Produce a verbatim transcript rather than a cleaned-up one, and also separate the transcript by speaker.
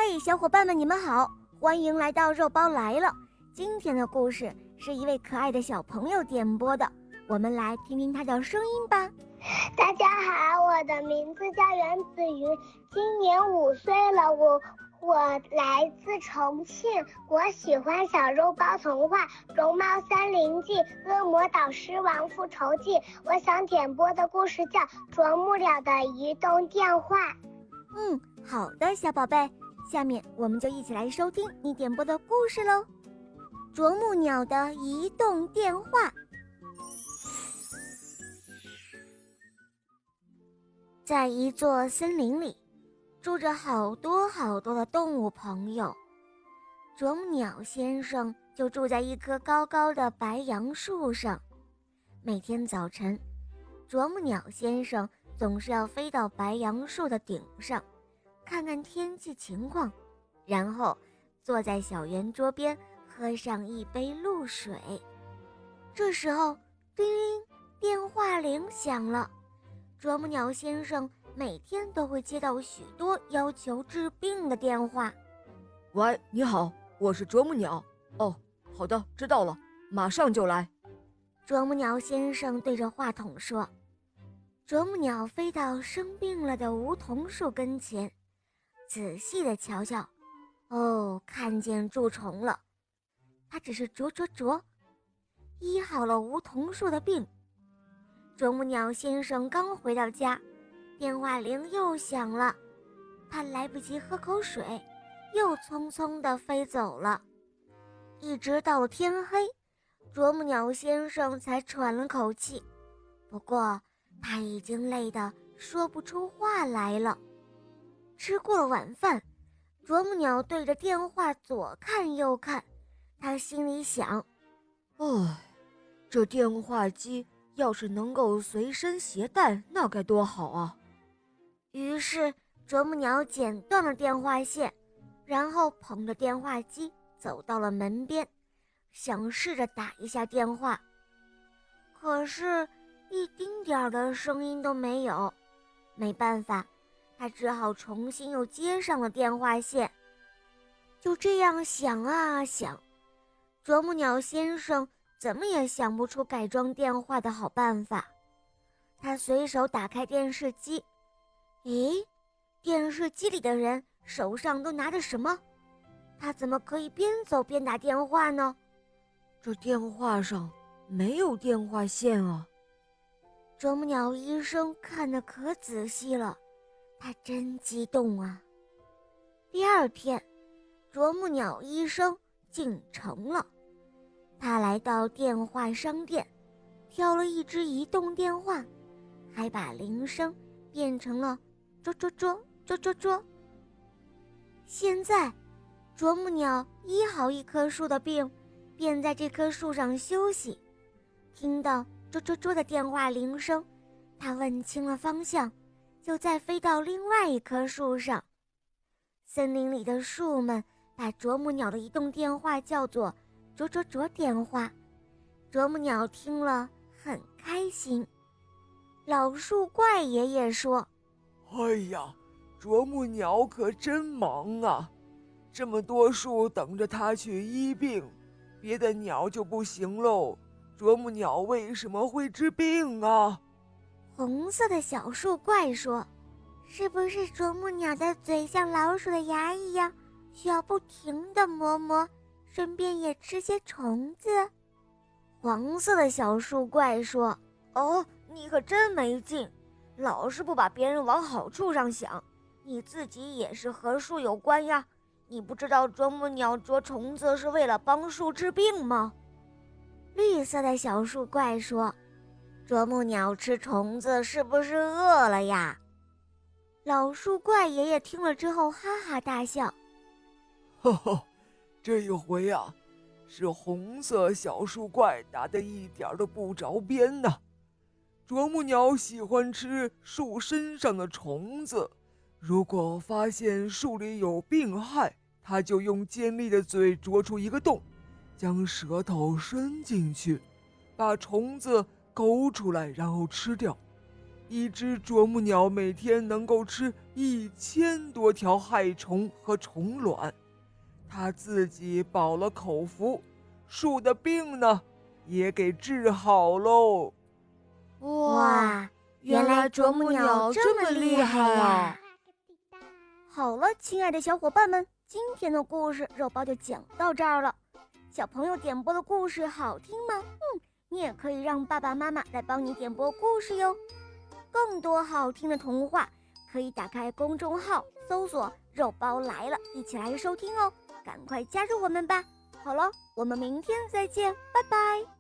Speaker 1: 嘿，小伙伴们，你们好，欢迎来到肉包来了。今天的故事是一位可爱的小朋友点播的，我们来听听他的声音吧。
Speaker 2: 大家好，我的名字叫袁子云，今年五岁了，我我来自重庆，我喜欢小肉包童话《绒毛森林记》《恶魔岛狮王复仇记》。我想点播的故事叫《啄木鸟的移动电话》。
Speaker 1: 嗯，好的，小宝贝，下面我们就一起来收听你点播的故事喽。啄木鸟的移动电话。在一座森林里，住着好多好多的动物朋友。啄木鸟先生就住在一棵高高的白杨树上。每天早晨，啄木鸟先生总是要飞到白杨树的顶上，看看天气情况，然后坐在小圆桌边喝上一杯露水。这时候，叮铃，电话铃响了。啄木鸟先生每天都会接到许多要求治病的电话。
Speaker 3: 喂，你好，我是啄木鸟。哦，好的，知道了，马上就来。
Speaker 1: 啄木鸟先生对着话筒说。啄木鸟飞到生病了的梧桐树跟前，仔细地瞧瞧，哦，看见蛀虫了。它只是啄啄啄，医好了梧桐树的病。啄木鸟先生刚回到家，电话铃又响了，他来不及喝口水，又匆匆地飞走了。一直到了天黑，啄木鸟先生才喘了口气，不过他已经累得说不出话来了。吃过了晚饭，啄木鸟对着电话左看右看，他心里想：
Speaker 3: 唉，这电话机要是能够随身携带，那该多好啊！
Speaker 1: 于是啄木鸟剪断了电话线，然后捧着电话机走到了门边，想试着打一下电话。可是一丁点儿的声音都没有，没办法，他只好重新又接上了电话线。就这样想啊想，啄木鸟先生怎么也想不出改装电话的好办法。他随手打开电视机，咦，电视机里的人手上都拿着什么？他怎么可以边走边打电话呢？
Speaker 3: 这电话上没有电话线啊！
Speaker 1: 啄木鸟医生看得可仔细了，他真激动啊。第二天，啄木鸟医生进城了。他来到电话商店，挑了一只移动电话，还把铃声变成了啄啄啄啄啄啄。现在，啄木鸟医好一棵树的病，便在这棵树上休息。听到啄啄啄的电话铃声，他问清了方向，就再飞到另外一棵树上。森林里的树们把啄木鸟的移动电话叫做啄啄啄电话。啄木鸟听了很开心。老树怪爷爷说：
Speaker 4: 哎呀，啄木鸟可真忙啊，这么多树等着它去医病，别的鸟就不行喽，啄木鸟为什么会治病啊？
Speaker 1: 红色的小树怪说：是不是啄木鸟的嘴像老鼠的牙一样，需要不停地磨磨，顺便也吃些虫子？黄色的小树怪说：哦，你可真没劲，老是不把别人往好处上想，你自己也是和树有关呀，你不知道啄木鸟啄虫子是为了帮树治病吗？绿色的小树怪说：啄木鸟吃虫子是不是饿了呀？老树怪爷爷听了之后哈哈大笑。
Speaker 4: 呵呵，这一回啊，是红色小树怪打得一点都不着边呢。啄木鸟喜欢吃树身上的虫子，如果发现树里有病害，它就用尖利的嘴啄出一个洞，将舌头伸进去，把虫子勾出来，然后吃掉。 一只啄木鸟每天能够吃一千多条害虫和虫卵，它自己饱了口福，树的病呢也给治好喽。
Speaker 1: 哇，原来啄木鸟这么厉害呀！好了，亲爱的小伙伴们，今天的故事肉包就讲到这儿了。小朋友点播的故事好听吗？嗯，你也可以让爸爸妈妈来帮你点播故事哟。更多好听的童话，可以打开公众号搜索“肉包来了”，一起来收听哦。赶快加入我们吧！好了，我们明天再见，拜拜。